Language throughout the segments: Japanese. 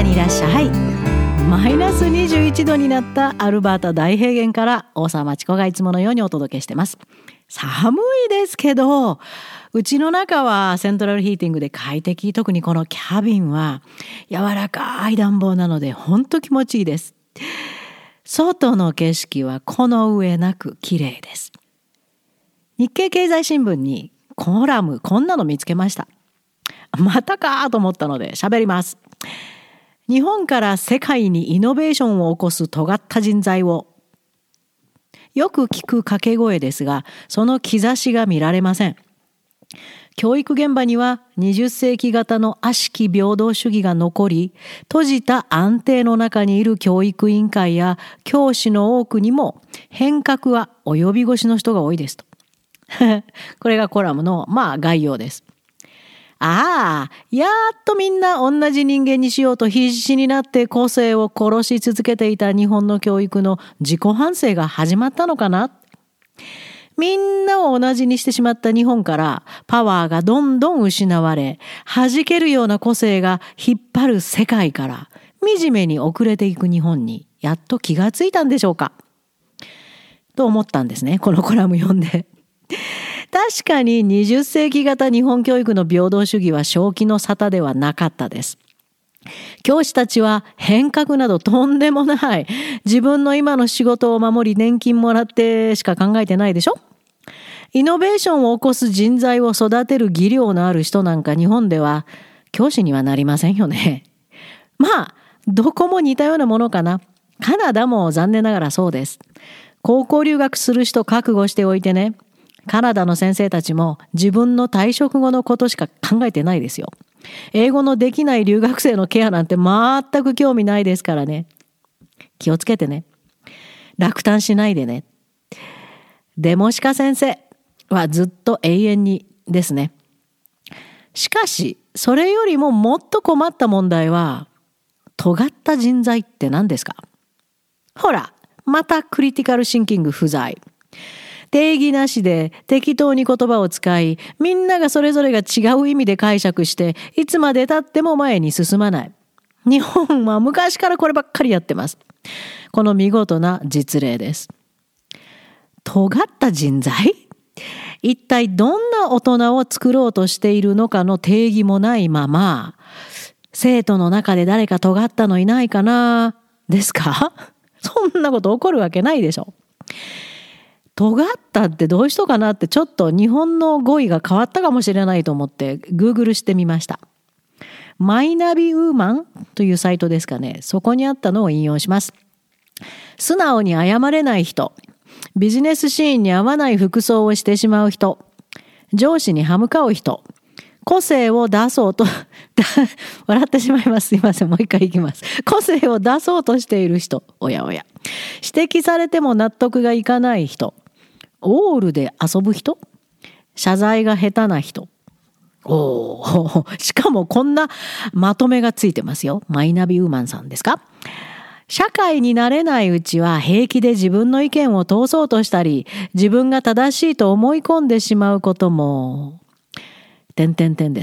にいらっしゃい。マイナス21度になったアルバータ大平原から大沢まちこがいつものようにお届けしてます。寒いですけど、うちの中はセントラルヒーティングで快適。特にこのキャビンは柔らかい暖房なので本当気持ちいいです。外の景色はこの上なく綺麗です。日経経済新聞にコラムこんなの見つけました。またかと思ったので喋ります。日本から世界にイノベーションを起こす尖った人材を。よく聞く掛け声ですが、その兆しが見られません。教育現場には20世紀型の悪しき平等主義が残り、閉じた安定の中にいる教育委員会や教師の多くにも変革は及び腰の人が多いですと。これがコラムの概要です。やっとみんな同じ人間にしようと必死になって個性を殺し続けていた日本の教育の自己反省が始まったのかな。みんなを同じにしてしまった日本からパワーがどんどん失われ、弾けるような個性が引っ張る世界から惨めに遅れていく日本にやっと気がついたんでしょうかと思ったんですね、このコラム読んで。確かに20世紀型日本教育の平等主義は正気の沙汰ではなかったです。教師たちは変革などとんでもない。自分の今の仕事を守り年金もらってしか考えてないでしょ。イノベーションを起こす人材を育てる技量のある人なんか日本では教師にはなりませんよね。どこも似たようなものかな。カナダも残念ながらそうです。高校留学する人覚悟しておいてね。カナダの先生たちも自分の退職後のことしか考えてないですよ。英語のできない留学生のケアなんて全く興味ないですからね。気をつけてね。落胆しないでね。デモシカ先生はずっと永遠にですね。しかし、それよりももっと困った問題は、尖った人材って何ですか？ほら、またクリティカルシンキング不在。定義なしで適当に言葉を使い、みんながそれぞれが違う意味で解釈して、いつまで経っても前に進まない。日本は昔からこればっかりやってます。この見事な実例です。尖った人材？一体どんな大人を作ろうとしているのかの定義もないまま、生徒の中で誰か尖ったのいないかなですか？そんなこと起こるわけないでしょ。尖ったってどういう人かなってちょっと日本の語彙が変わったかもしれないと思ってグーグルしてみました。マイナビウーマンというサイトですかね。そこにあったのを引用します。素直に謝れない人、ビジネスシーンに合わない服装をしてしまう人、上司に歯向かう人、個性を出そうと笑ってしまいます。すいません、もう一回いきます。個性を出そうとしている人、おやおや。指摘されても納得がいかない人、オールで遊ぶ人、謝罪が下手な人。しかもこんなまとめがついてますよ。マイナビウーマンさんですか？社会になれないうちは平気で自分の意見を通そうとしたり、自分が正しいと思い込んでしまうことも、です。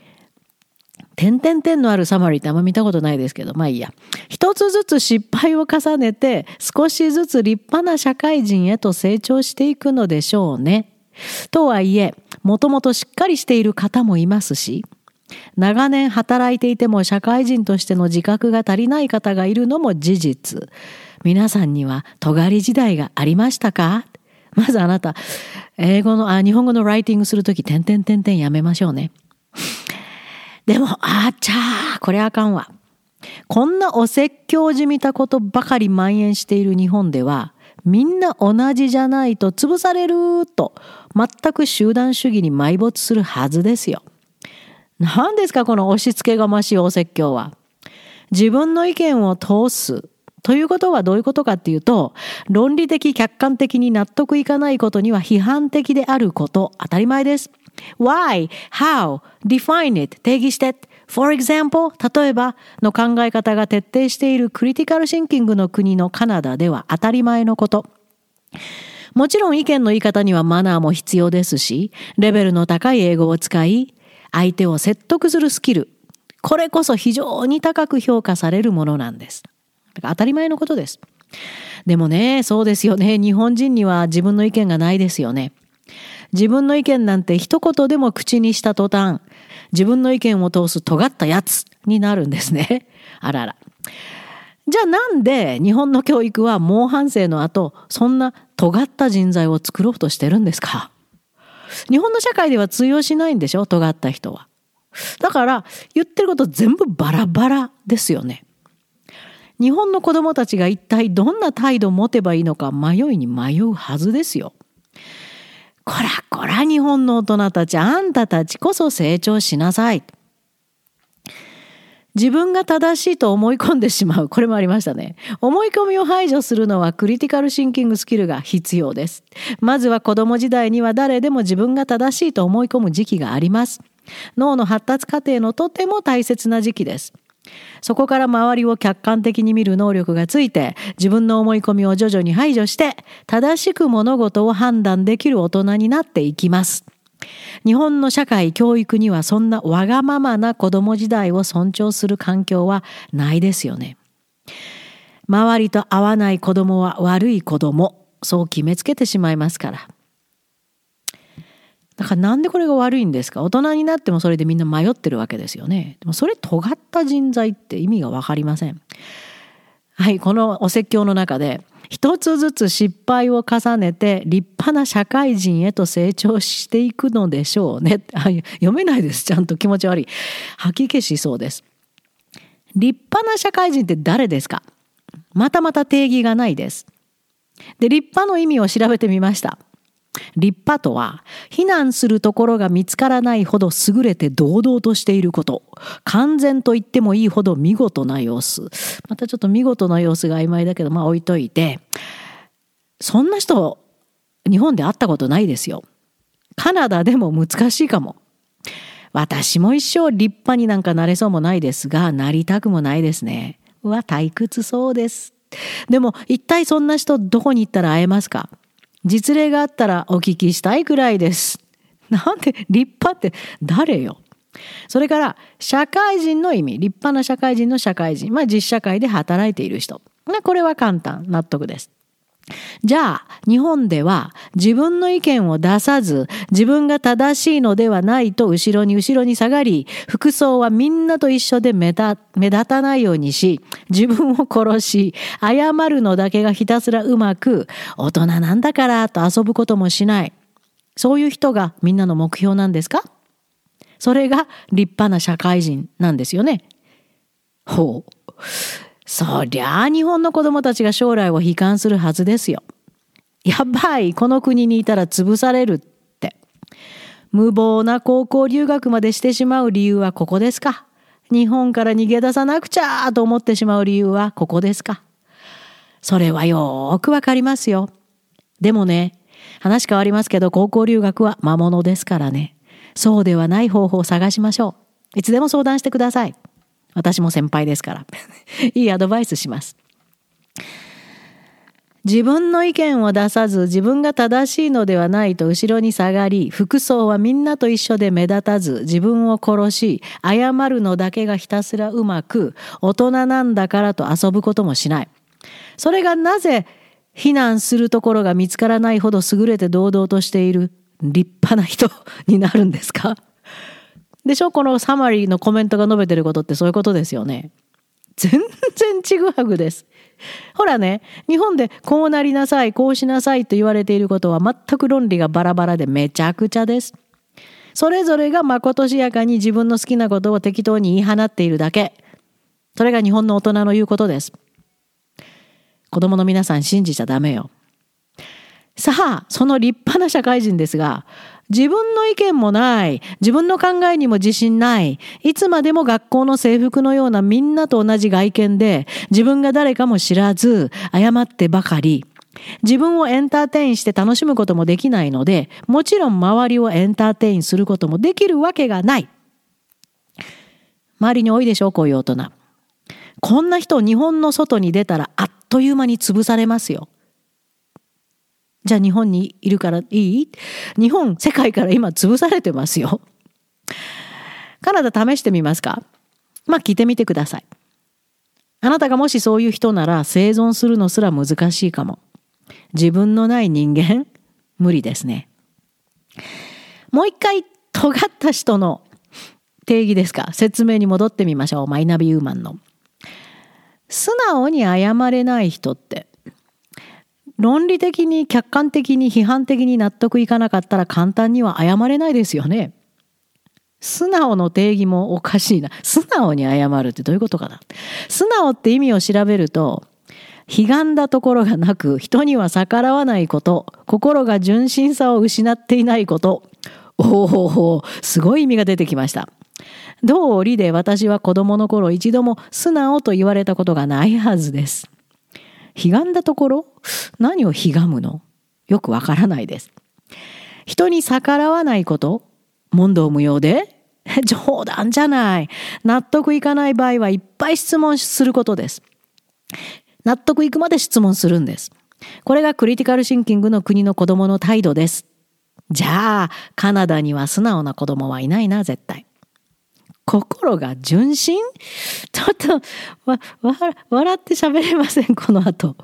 のあるサマリーってあんま見たことないですけど、いいや。一つずつ失敗を重ねて、少しずつ立派な社会人へと成長していくのでしょうね。とはいえ、もともとしっかりしている方もいますし、長年働いていても社会人としての自覚が足りない方がいるのも事実。皆さんには尖り時代がありましたか？まずあなた、日本語のライティングするとき、やめましょうね。でも、これあかんわ。こんなお説教じみたことばかり蔓延している日本では、みんな同じじゃないと潰されると、全く集団主義に埋没するはずですよ。何ですかこの押し付けがましいお説教は。自分の意見を通すということはどういうことかっていうと、論理的客観的に納得いかないことには批判的であること、当たり前です。Why? How? Define it. 定義して。For example, 例えばの考え方が徹底しているクリティカルシンキングの国のカナダでは当たり前のこと。もちろん意見の言い方にはマナーも必要ですし、レベルの高い英語を使い、相手を説得するスキル。 これこそ非常に高く評価されるものなんです。だから当たり前のことです。でもね、そうですよね。日本人には自分の意見がないですよね。自分の意見なんて一言でも口にした途端、自分の意見を通す尖ったやつになるんですね。あらら。じゃあなんで日本の教育は猛反省の後、そんな尖った人材を作ろうとしてるんですか？日本の社会では通用しないんでしょ、尖った人は。だから言ってること全部バラバラですよね。日本の子供たちが一体どんな態度を持てばいいのか迷いに迷うはずですよ。こらこら日本の大人たち、あんたたちこそ成長しなさい。自分が正しいと思い込んでしまう。これもありましたね。思い込みを排除するのはクリティカルシンキングスキルが必要です。まずは子供時代には誰でも自分が正しいと思い込む時期があります。脳の発達過程のとても大切な時期です。そこから周りを客観的に見る能力がついて、自分の思い込みを徐々に排除して、正しく物事を判断できる大人になっていきます。日本の社会教育にはそんなわがままな子供時代を尊重する環境はないですよね。周りと合わない子供は悪い子供、そう決めつけてしまいますから。だからなんでこれが悪いんですか？大人になってもそれでみんな迷ってるわけですよね。でもそれ尖った人材って意味がわかりません。はい、このお説教の中で一つずつ失敗を重ねて立派な社会人へと成長していくのでしょうね。読めないです。ちゃんと気持ち悪い。吐き気しそうです。立派な社会人って誰ですか？また定義がないです。で、立派の意味を調べてみました。立派とは、非難するところが見つからないほど優れて堂々としていること。完全と言ってもいいほど見事な様子。またちょっと見事な様子が曖昧だけど、置いといて。そんな人、日本で会ったことないですよ。カナダでも難しいかも。私も一生立派になんかなれそうもないですが、なりたくもないですね。退屈そうです。でも一体そんな人どこに行ったら会えますか？実例があったらお聞きしたいくらいです。なんで立派って誰よ。それから社会人の意味、立派な社会人の社会人、実社会で働いている人。これは簡単、納得です。じゃあ日本では自分の意見を出さず、自分が正しいのではないと後ろに下がり、服装はみんなと一緒で目立たないようにし、自分を殺し、謝るのだけがひたすらうまく、大人なんだからと遊ぶこともしない。そういう人がみんなの目標なんですか？それが立派な社会人なんですよね。ほう。そりゃあ日本の子供たちが将来を悲観するはずですよ。やばい、この国にいたら潰されるって。無謀な高校留学までしてしまう理由はここですか？日本から逃げ出さなくちゃと思ってしまう理由はここですか？それはよーくわかりますよ。でもね、話変わりますけど、高校留学は魔物ですからね。そうではない方法を探しましょう。いつでも相談してください。私も先輩ですからいいアドバイスします。自分の意見を出さず、自分が正しいのではないと後ろに下がり、服装はみんなと一緒で目立たず、自分を殺し、謝るのだけがひたすらうまく、大人なんだからと遊ぶこともしない。それがなぜ非難するところが見つからないほど優れて堂々としている立派な人になるんですか？でしょ？このサマリーのコメントが述べてることってそういうことですよね。全然ちぐはぐです。ほらね、日本でこうなりなさい、こうしなさいと言われていることは全く論理がバラバラでめちゃくちゃです。それぞれがまことしやかに自分の好きなことを適当に言い放っているだけ。それが日本の大人の言うことです。子供の皆さん信じちゃダメよ。さあ、その立派な社会人ですが、自分の意見もない、自分の考えにも自信ない、いつまでも学校の制服のようなみんなと同じ外見で、自分が誰かも知らず、謝ってばかり、自分をエンターテインして楽しむこともできないので、もちろん周りをエンターテインすることもできるわけがない。周りに多いでしょ、こういう大人。こんな人、日本の外に出たらあっという間に潰されますよ。じゃあ日本にいるからいい？日本、世界から今潰されてますよ。カナダ試してみますか？ 聞いてみてください。あなたがもしそういう人なら生存するのすら難しいかも。自分のない人間、無理ですね。もう一回尖った人の定義ですか、説明に戻ってみましょう。マイナビウーマンの。素直に謝れない人って、論理的に客観的に批判的に納得いかなかったら簡単には謝れないですよね。素直の定義もおかしいな。素直に謝るってどういうことかな。素直って意味を調べると、ひがんだところがなく、人には逆らわないこと、心が純真さを失っていないこと。すごい意味が出てきました。道理で私は子供の頃一度も素直と言われたことがないはずです。ひがんだところ？何をひがむの？よくわからないです。人に逆らわないこと？問答無用で？冗談じゃない。納得いかない場合はいっぱい質問することです。納得いくまで質問するんです。これがクリティカルシンキングの国の子供の態度です。じゃあ、カナダには素直な子供はいないな、絶対。心が純真？ちょっと、笑って喋れません、この後。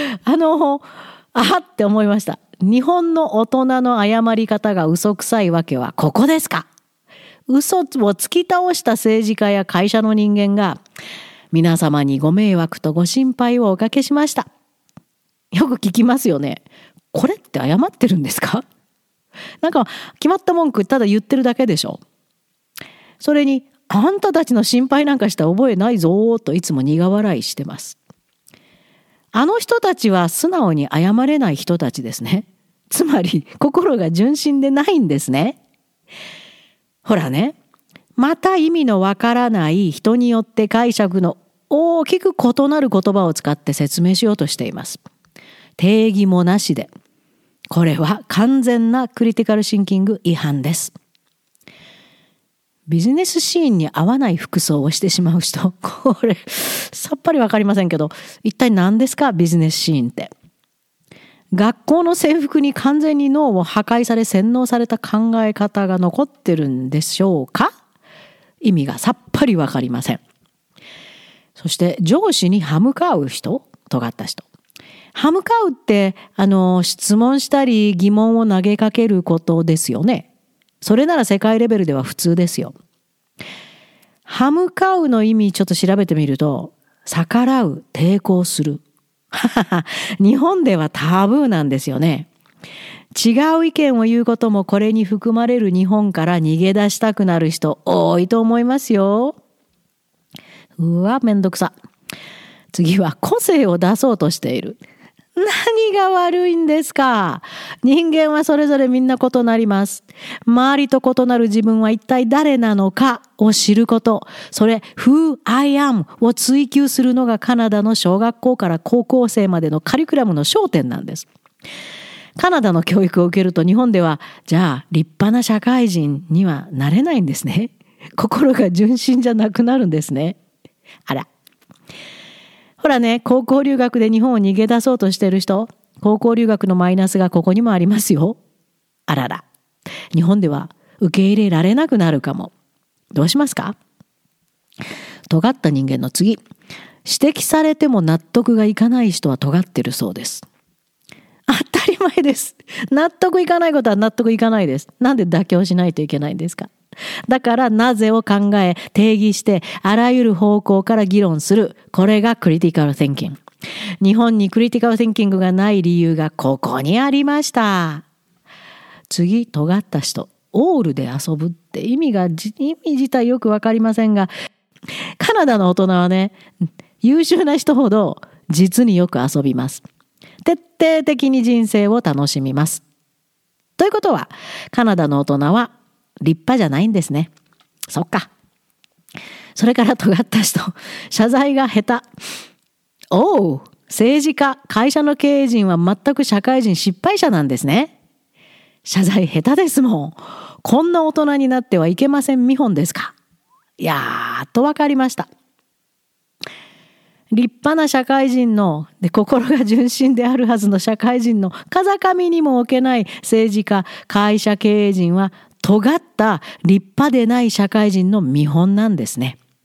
って思いました。日本の大人の謝り方が嘘くさいわけはここですか？嘘を突き倒した政治家や会社の人間が、皆様にご迷惑とご心配をおかけしました。よく聞きますよね。これって謝ってるんですか？なんか決まった文句ただ言ってるだけでしょ。それに、あんたたちの心配なんかした覚えないぞーといつも苦笑いしてます。あの人たちは素直に謝れない人たちですね。つまり心が純真でないんですね。ほらね、また意味のわからない人によって解釈の大きく異なる言葉を使って説明しようとしています。定義もなしで。これは完全なクリティカルシンキング違反です。ビジネスシーンに合わない服装をしてしまう人、これさっぱりわかりませんけど、一体何ですかビジネスシーンって。学校の制服に完全に脳を破壊され洗脳された考え方が残ってるんでしょうか？意味がさっぱりわかりません。そして上司に歯向かう人、尖った人。歯向かうって質問したり疑問を投げかけることですよね。それなら世界レベルでは普通ですよ。歯向かうの意味ちょっと調べてみると、逆らう、抵抗する。日本ではタブーなんですよね。違う意見を言うこともこれに含まれる日本から逃げ出したくなる人多いと思いますよ。うわ、めんどくさ。次は個性を出そうとしている。何が悪いんですか？人間はそれぞれみんな異なります。周りと異なる自分は一体誰なのかを知ること。それ Who I am を追求するのがカナダの小学校から高校生までのカリキュラムの焦点なんです。カナダの教育を受けると日本では、じゃあ立派な社会人にはなれないんですね。心が純真じゃなくなるんですね。あら。ほらね、高校留学で日本を逃げ出そうとしている人、高校留学のマイナスがここにもありますよ。あらら。日本では受け入れられなくなるかも。どうしますか？尖った人間の次。指摘されても納得がいかない人は尖ってるそうです。当たり前です。納得いかないことは納得いかないです。なんで妥協しないといけないんですか？だからなぜを考え、定義して、あらゆる方向から議論する。これがクリティカル・シンキング。日本にクリティカル・シンキングがない理由がここにありました。次、尖った人。オールで遊ぶって意味自体よくわかりませんが、カナダの大人はね、優秀な人ほど実によく遊びます。徹底的に人生を楽しみます。ということは、カナダの大人は立派じゃないんですね。そっか。それから尖った人、謝罪が下手。政治家、会社の経営陣は全く社会人失敗者なんですね。謝罪下手ですもん。こんな大人になってはいけません見本ですか。やっとわかりました。立派な社会人の心が純真であるはずの社会人の風上にも置けない政治家、会社経営陣は尖った立派でない社会人の見本なんですね。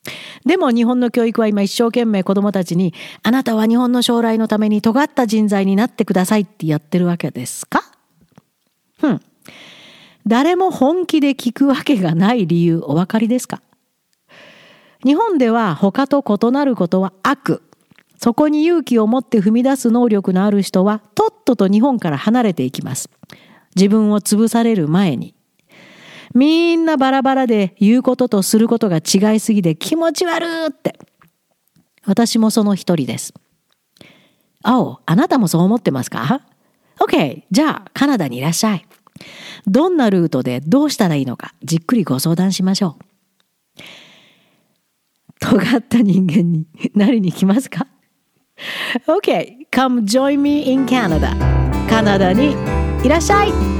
でも日本の教育は今一生懸命子どもたちに、あなたは日本の将来のために尖った人材になってくださいってやってるわけですか？誰も本気で聞くわけがない理由、お分かりですか？日本では他と異なることは悪。そこに勇気を持って踏み出す能力のある人はとっとと日本から離れていきます。自分を潰される前に。みんなバラバラで言うこととすることが違いすぎて気持ち悪って。私もその一人です。あなたもそう思ってますか？ OK、じゃあカナダにいらっしゃい。どんなルートでどうしたらいいのかじっくりご相談しましょう。尖った人間になりに来ますか？ OK、come join me in Canada。カナダにいらっしゃい。